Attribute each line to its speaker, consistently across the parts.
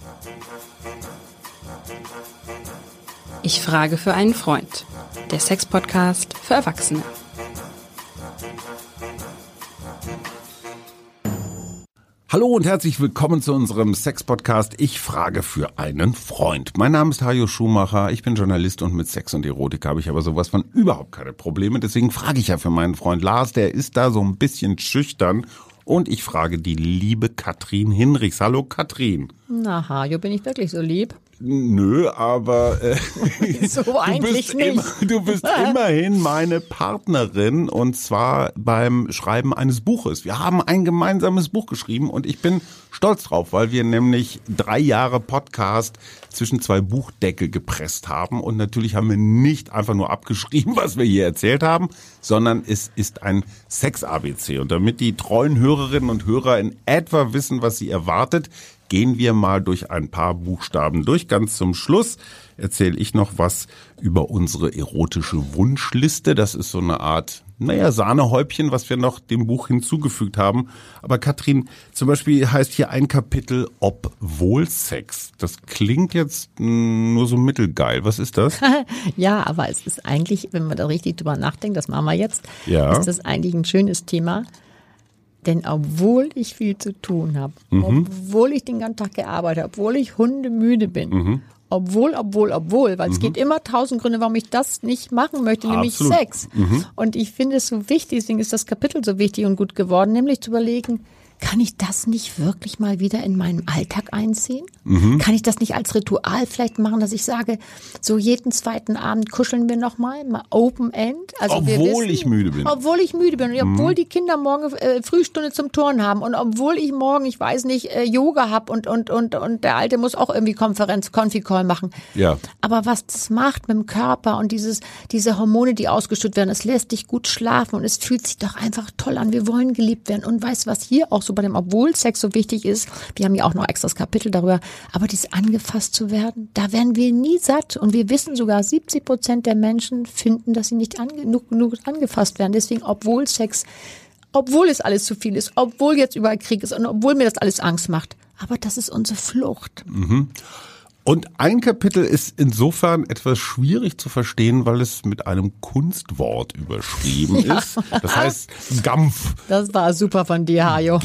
Speaker 1: Ich frage für einen Freund. Der Sex-Podcast für Erwachsene.
Speaker 2: Hallo und herzlich willkommen zu unserem Sex-Podcast Ich frage für einen Freund. Mein Name ist Hajo Schumacher, ich bin Journalist und mit Sex und Erotik habe ich aber sowas von überhaupt keine Probleme. Deswegen frage ich ja für meinen Freund Lars, der ist da so ein bisschen schüchtern. Und ich frage die liebe Katrin Hinrichs. Hallo Katrin.
Speaker 3: Na Hajo, bin ich wirklich so lieb?
Speaker 2: Nö, aber
Speaker 3: so eigentlich nicht.
Speaker 2: Du bist immerhin meine Partnerin und zwar beim Schreiben eines Buches. Wir haben ein gemeinsames Buch geschrieben und ich bin stolz drauf, weil wir nämlich 3 Jahre Podcast zwischen 2 Buchdeckel gepresst haben und natürlich haben wir nicht einfach nur abgeschrieben, was wir hier erzählt haben, sondern es ist ein Sex-ABC und damit die treuen Hörerinnen und Hörer in etwa wissen, was sie erwartet, gehen wir mal durch ein paar Buchstaben durch. Ganz zum Schluss erzähle ich noch was über unsere erotische Wunschliste. Das ist so eine Art, Sahnehäubchen, was wir noch dem Buch hinzugefügt haben. Aber Katrin, zum Beispiel heißt hier ein Kapitel Obwohl Sex. Das klingt jetzt nur so mittelgeil. Was ist das?
Speaker 3: Ja, aber es ist eigentlich, wenn man da richtig drüber nachdenkt, das machen wir jetzt, ist das eigentlich ein schönes Thema. Denn obwohl ich viel zu tun habe, obwohl ich den ganzen Tag gearbeitet habe, obwohl ich hundemüde bin, obwohl, weil es gibt immer 1000 Gründe, warum ich das nicht machen möchte, nämlich Sex. Und ich finde es so wichtig, deswegen ist das Kapitel so wichtig und gut geworden, nämlich zu überlegen, kann ich das nicht wirklich mal wieder in meinen Alltag einziehen? Kann ich das nicht als Ritual vielleicht machen, dass ich sage, so jeden zweiten Abend kuscheln wir mal Open End? Also
Speaker 2: obwohl ich müde bin.
Speaker 3: Obwohl ich müde bin und obwohl die Kinder morgen Frühstunde zum Turnen haben und obwohl ich morgen, ich weiß nicht, Yoga habe und der Alte muss auch irgendwie Konfi-Call machen. Ja. Aber was das macht mit dem Körper und diese Hormone, die ausgeschüttet werden, es lässt dich gut schlafen und es fühlt sich doch einfach toll an. Wir wollen geliebt werden und weißt du, was hier auch so bei dem obwohl Sex so wichtig ist, wir haben ja auch noch extra das Kapitel darüber, aber dieses angefasst zu werden, da werden wir nie satt und wir wissen sogar, 70% der Menschen finden, dass sie nicht genug angefasst werden. Deswegen obwohl Sex, obwohl es alles zu viel ist, obwohl jetzt überall Krieg ist und obwohl mir das alles Angst macht, aber das ist unsere Flucht.
Speaker 2: Und ein Kapitel ist insofern etwas schwierig zu verstehen, weil es mit einem Kunstwort überschrieben ist. Das heißt Gampf.
Speaker 3: Das war super von dir, Hajo.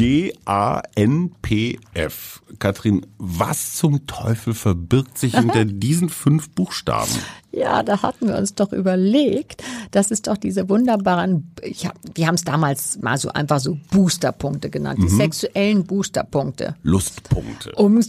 Speaker 2: G-A-N-P-F. Katrin, was zum Teufel verbirgt sich hinter diesen 5 Buchstaben?
Speaker 3: Ja, da hatten wir uns doch überlegt, das ist doch diese wunderbaren, wir haben es damals mal so einfach so Boosterpunkte genannt, die sexuellen Boosterpunkte.
Speaker 2: Lustpunkte.
Speaker 3: Um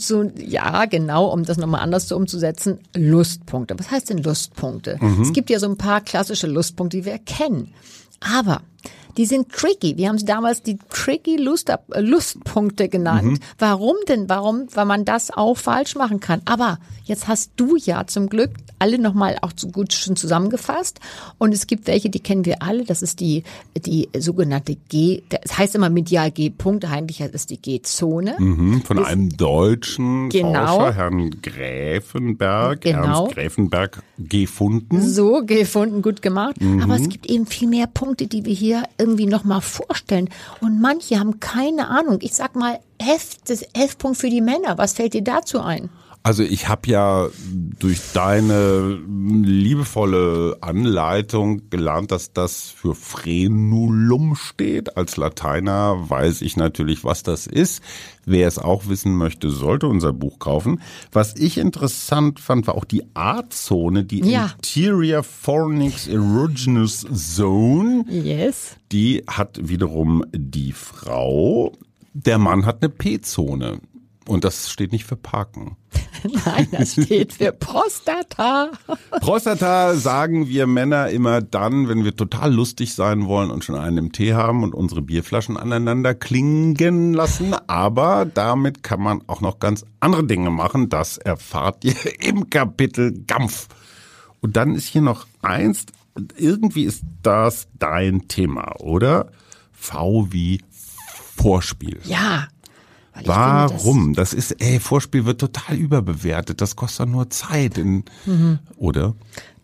Speaker 3: das nochmal anders so umzusetzen, Lustpunkte. Was heißt denn Lustpunkte? Es gibt ja so ein paar klassische Lustpunkte, die wir kennen, aber die sind tricky. Wir haben sie damals die tricky Lustpunkte genannt. Warum denn? Weil man das auch falsch machen kann. Aber jetzt hast du ja zum Glück alle nochmal auch so gut schon zusammengefasst. Und es gibt welche, die kennen wir alle. Das ist die sogenannte G, das heißt immer medial G-Punkt, eigentlich ist es die G-Zone.
Speaker 2: Von einem deutschen Forscher, Herrn Gräfenberg, Ernst Gräfenberg, gefunden.
Speaker 3: So, gefunden, gut gemacht. Aber es gibt eben viel mehr Punkte, die wir hier irgendwie nochmal vorstellen. Und manche haben keine Ahnung. Ich sag mal, das F-Punkt für die Männer. Was fällt dir dazu ein?
Speaker 2: Also ich habe ja durch deine liebevolle Anleitung gelernt, dass das für Frenulum steht. Als Lateiner weiß ich natürlich, was das ist. Wer es auch wissen möchte, sollte unser Buch kaufen. Was ich interessant fand, war auch die A-Zone, die Interior Fornix Erogenous Zone.
Speaker 3: Yes.
Speaker 2: Die hat wiederum die Frau. Der Mann hat eine P-Zone. Und das steht nicht für Parken.
Speaker 3: Nein, das steht für Prostata.
Speaker 2: Prostata sagen wir Männer immer dann, wenn wir total lustig sein wollen und schon einen im Tee haben und unsere Bierflaschen aneinander klingen lassen. Aber damit kann man auch noch ganz andere Dinge machen. Das erfahrt ihr im Kapitel Gampf. Und dann ist hier noch eins. Irgendwie ist das dein Thema, oder? V wie Vorspiel.
Speaker 3: Ja.
Speaker 2: Warum? Das ist, Vorspiel wird total überbewertet. Das kostet nur Zeit, oder?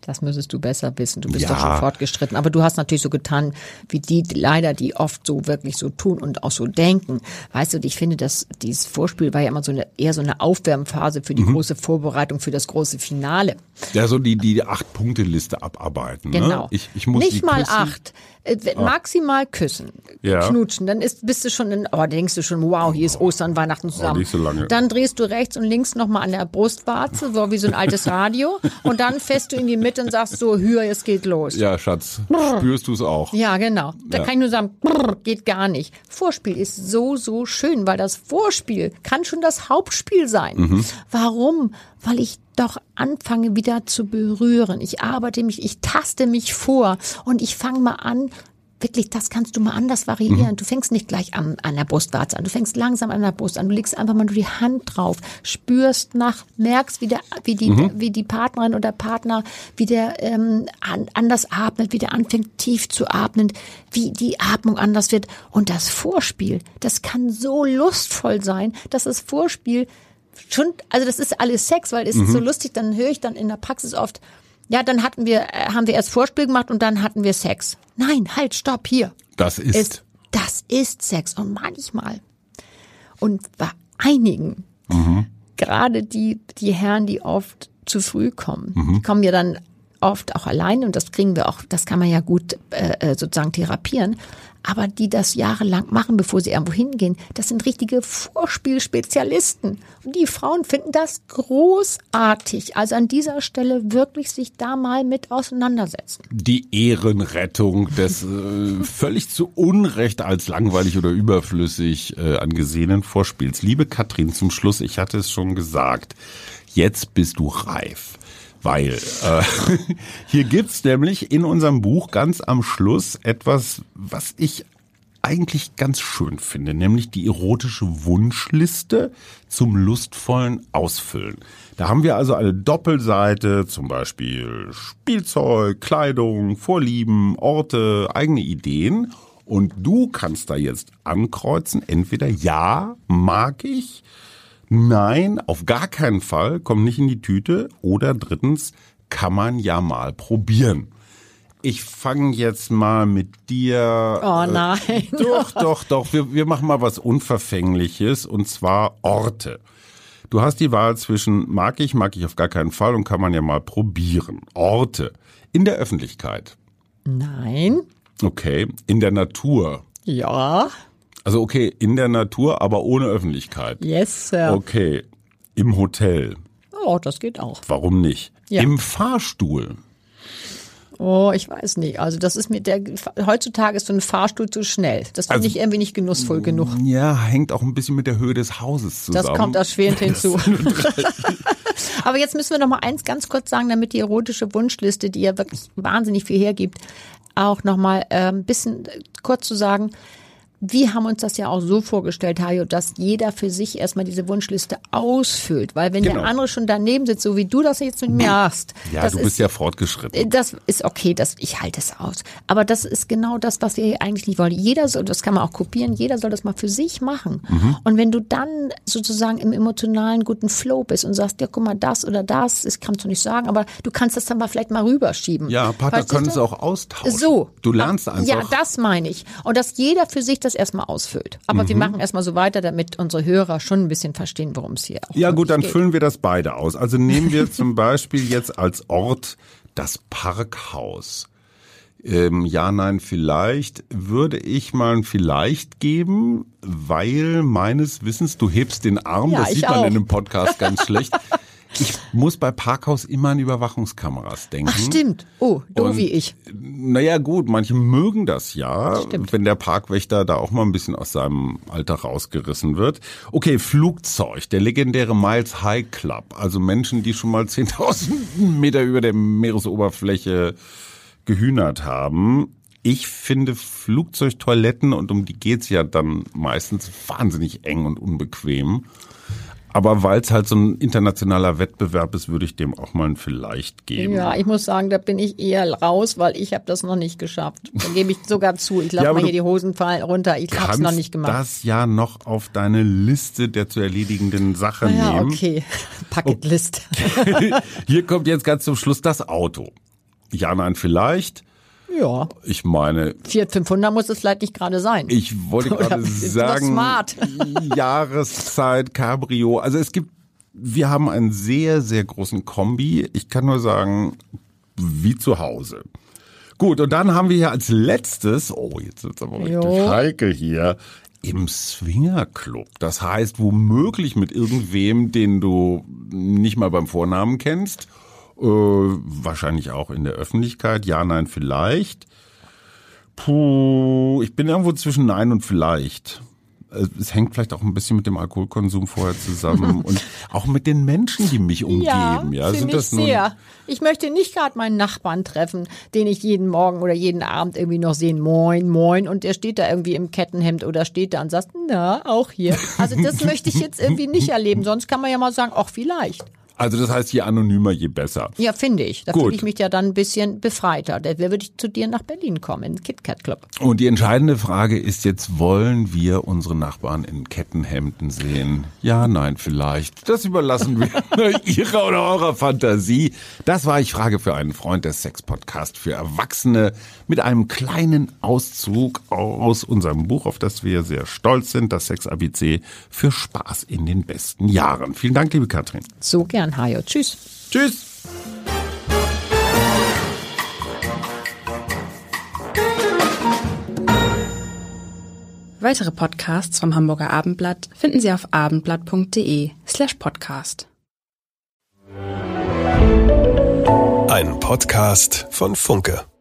Speaker 3: Das müsstest du besser wissen. Du bist doch schon fortgeschritten. Aber du hast natürlich so getan, wie die oft so wirklich so tun und auch so denken. Weißt du, ich finde, dass dieses Vorspiel war ja immer eher so eine Aufwärmphase für die große Vorbereitung, für das große Finale.
Speaker 2: Ja, so die 8-Punkte-Liste abarbeiten.
Speaker 3: Genau.
Speaker 2: Ne? Ich muss
Speaker 3: nicht mal
Speaker 2: küssen.
Speaker 3: 8. Maximal küssen, knutschen. Dann bist du schon denkst du schon, wow, hier ist Ostern, Weihnachten zusammen.
Speaker 2: Nicht so lange.
Speaker 3: Dann drehst du rechts und links nochmal an der Brustwarze, so wie so ein altes Radio. Und dann fährst du in die Mitte und sagst so, es geht los.
Speaker 2: Ja, Schatz, spürst du es auch?
Speaker 3: Ja, genau. Da kann ich nur sagen, geht gar nicht. Vorspiel ist so, so schön, weil das Vorspiel kann schon das Hauptspiel sein. Warum? Weil ich doch anfange wieder zu berühren. Ich taste mich vor und ich fange mal an, wirklich, das kannst du mal anders variieren. Du fängst nicht gleich an der Brustwarze an, du fängst langsam an der Brust an, du legst einfach mal nur die Hand drauf, spürst merkst wie die Partnerin oder Partner wieder anders atmet, wie der anfängt tief zu atmen, wie die Atmung anders wird. Und das Vorspiel, das kann so lustvoll sein, dass das Vorspiel schon, also das ist alles Sex, weil es ist so lustig, dann höre ich dann in der Praxis oft, ja, dann haben wir erst Vorspiel gemacht und dann hatten wir Sex. Nein, halt, stopp, hier.
Speaker 2: Das ist
Speaker 3: Sex. Und manchmal, und bei einigen, gerade die Herren, die oft zu früh kommen, die kommen ja dann oft auch alleine und das kann man ja gut sozusagen therapieren. Aber die das jahrelang machen, bevor sie irgendwo hingehen, das sind richtige Vorspielspezialisten. Und die Frauen finden das großartig. Also an dieser Stelle wirklich sich da mal mit auseinandersetzen.
Speaker 2: Die Ehrenrettung des völlig zu Unrecht als langweilig oder überflüssig angesehenen Vorspiels. Liebe Katrin, zum Schluss, ich hatte es schon gesagt, jetzt bist du reif. Weil hier gibt's nämlich in unserem Buch ganz am Schluss etwas, was ich eigentlich ganz schön finde, nämlich die erotische Wunschliste zum lustvollen Ausfüllen. Da haben wir also eine Doppelseite, zum Beispiel Spielzeug, Kleidung, Vorlieben, Orte, eigene Ideen. Und du kannst da jetzt ankreuzen, entweder ja, mag ich, nein, auf gar keinen Fall, kommt nicht in die Tüte. Oder drittens, kann man ja mal probieren. Ich fange jetzt mal mit dir.
Speaker 3: Oh nein.
Speaker 2: Doch. Wir machen mal was Unverfängliches, und zwar Orte. Du hast die Wahl zwischen mag ich auf gar keinen Fall und kann man ja mal probieren. Orte. In der Öffentlichkeit.
Speaker 3: Nein.
Speaker 2: Okay. In der Natur.
Speaker 3: Ja.
Speaker 2: Also okay, in der Natur, aber ohne Öffentlichkeit.
Speaker 3: Yes, Sir.
Speaker 2: Okay, im Hotel.
Speaker 3: Oh, das geht auch.
Speaker 2: Warum nicht?
Speaker 3: Ja.
Speaker 2: Im Fahrstuhl.
Speaker 3: Oh, ich weiß nicht. Also das ist heutzutage ist so ein Fahrstuhl zu schnell. Das finde ich irgendwie nicht genussvoll genug.
Speaker 2: Ja, hängt auch ein bisschen mit der Höhe des Hauses zusammen.
Speaker 3: Das kommt erschwerend hinzu. Aber jetzt müssen wir noch mal eins ganz kurz sagen, damit die erotische Wunschliste, die ja wirklich wahnsinnig viel hergibt, auch noch mal ein bisschen kurz zu sagen. Wir haben uns das ja auch so vorgestellt, Hajo, dass jeder für sich erstmal diese Wunschliste ausfüllt. Weil wenn der andere schon daneben sitzt, so wie du das jetzt mit mir machst.
Speaker 2: Ja, du bist ja fortgeschritten.
Speaker 3: Das ist okay, ich halte es aus. Aber das ist genau das, was wir hier eigentlich nicht wollen. Jeder soll, das kann man auch kopieren, jeder soll das mal für sich machen. Und wenn du dann sozusagen im emotionalen guten Flow bist und sagst, ja guck mal, das oder das kannst du nicht sagen, aber du kannst das dann mal vielleicht mal rüberschieben.
Speaker 2: Ja, Partner können es auch austauschen.
Speaker 3: So.
Speaker 2: Du lernst einfach.
Speaker 3: Ja, das meine ich. Und dass jeder für sich das erstmal ausfüllt. Aber wir machen erstmal so weiter, damit unsere Hörer schon ein bisschen verstehen, worum es hier auch
Speaker 2: Ja gut, dann
Speaker 3: geht.
Speaker 2: füllen wir das beide aus. Also nehmen wir zum Beispiel jetzt als Ort das Parkhaus. Ja, nein, vielleicht würde ich mal ein Vielleicht geben, weil meines Wissens, du hebst den Arm,
Speaker 3: Ja,
Speaker 2: das
Speaker 3: ich
Speaker 2: sieht man
Speaker 3: auch.
Speaker 2: in einem Podcast ganz schlecht. Ich muss bei Parkhaus immer an Überwachungskameras denken.
Speaker 3: Ach stimmt. Oh, du wie ich.
Speaker 2: Naja gut, manche mögen das ja,
Speaker 3: Stimmt.
Speaker 2: wenn der Parkwächter da auch mal ein bisschen aus seinem Alltag rausgerissen wird. Okay, Flugzeug, der legendäre Miles High Club, also Menschen, die schon mal 10.000 Meter über der Meeresoberfläche gehühnert haben. Ich finde Flugzeugtoiletten, und um die geht's ja dann meistens, wahnsinnig eng und unbequem. Aber weil es halt so ein internationaler Wettbewerb ist, würde ich dem auch mal ein Vielleicht geben.
Speaker 3: Ja, ich muss sagen, da bin ich eher raus, weil ich habe das noch nicht geschafft. Da gebe ich sogar zu. Ich lasse mal hier die Hosen fallen runter. Ich habe es noch nicht gemacht.
Speaker 2: Das ja noch auf deine Liste der zu erledigenden Sachen
Speaker 3: Ja,
Speaker 2: nehmen.
Speaker 3: okay. Bucketlist.
Speaker 2: Hier kommt jetzt ganz zum Schluss das Auto. Ja, nein, vielleicht.
Speaker 3: Ja.
Speaker 2: Ich meine...
Speaker 3: 400, 500 muss es vielleicht nicht gerade sein.
Speaker 2: Ich wollte gerade sagen,
Speaker 3: smart.
Speaker 2: Jahreszeit, Cabrio. Also wir haben einen sehr, sehr großen Kombi. Ich kann nur sagen, wie zu Hause. Gut, und dann haben wir hier als letztes, jetzt wird's aber richtig heikel hier, im Swingerclub. Das heißt, womöglich mit irgendwem, den du nicht mal beim Vornamen kennst. Wahrscheinlich auch in der Öffentlichkeit. Ja, nein, vielleicht. Ich bin irgendwo zwischen nein und vielleicht. Es hängt vielleicht auch ein bisschen mit dem Alkoholkonsum vorher zusammen und auch mit den Menschen, die mich umgeben. Ja,
Speaker 3: finde ich sehr. Ich möchte nicht gerade meinen Nachbarn treffen, den ich jeden Morgen oder jeden Abend irgendwie noch sehe. Moin, moin. Und der steht da irgendwie im Kettenhemd oder steht da und sagt, na, auch hier. Also das möchte ich jetzt irgendwie nicht erleben. Sonst kann man ja mal sagen, ach, vielleicht.
Speaker 2: Also das heißt, je anonymer, je besser.
Speaker 3: Ja, finde ich. Da fühle ich mich ja dann ein bisschen befreiter. Da würde ich zu dir nach Berlin kommen, in den KitKat Club.
Speaker 2: Und die entscheidende Frage ist jetzt, wollen wir unsere Nachbarn in Kettenhemden sehen? Ja, nein, vielleicht. Das überlassen wir ihrer oder eurer Fantasie. Das war Ich frage für einen Freund, der Sex-Podcast für Erwachsene mit einem kleinen Auszug aus unserem Buch, auf das wir sehr stolz sind, das Sex-ABC für Spaß in den besten Jahren. Vielen Dank, liebe Katrin.
Speaker 3: So gern. Hajo. Tschüss.
Speaker 2: Tschüss.
Speaker 1: Weitere Podcasts vom Hamburger Abendblatt finden Sie auf abendblatt.de/podcast.
Speaker 4: Ein Podcast von Funke.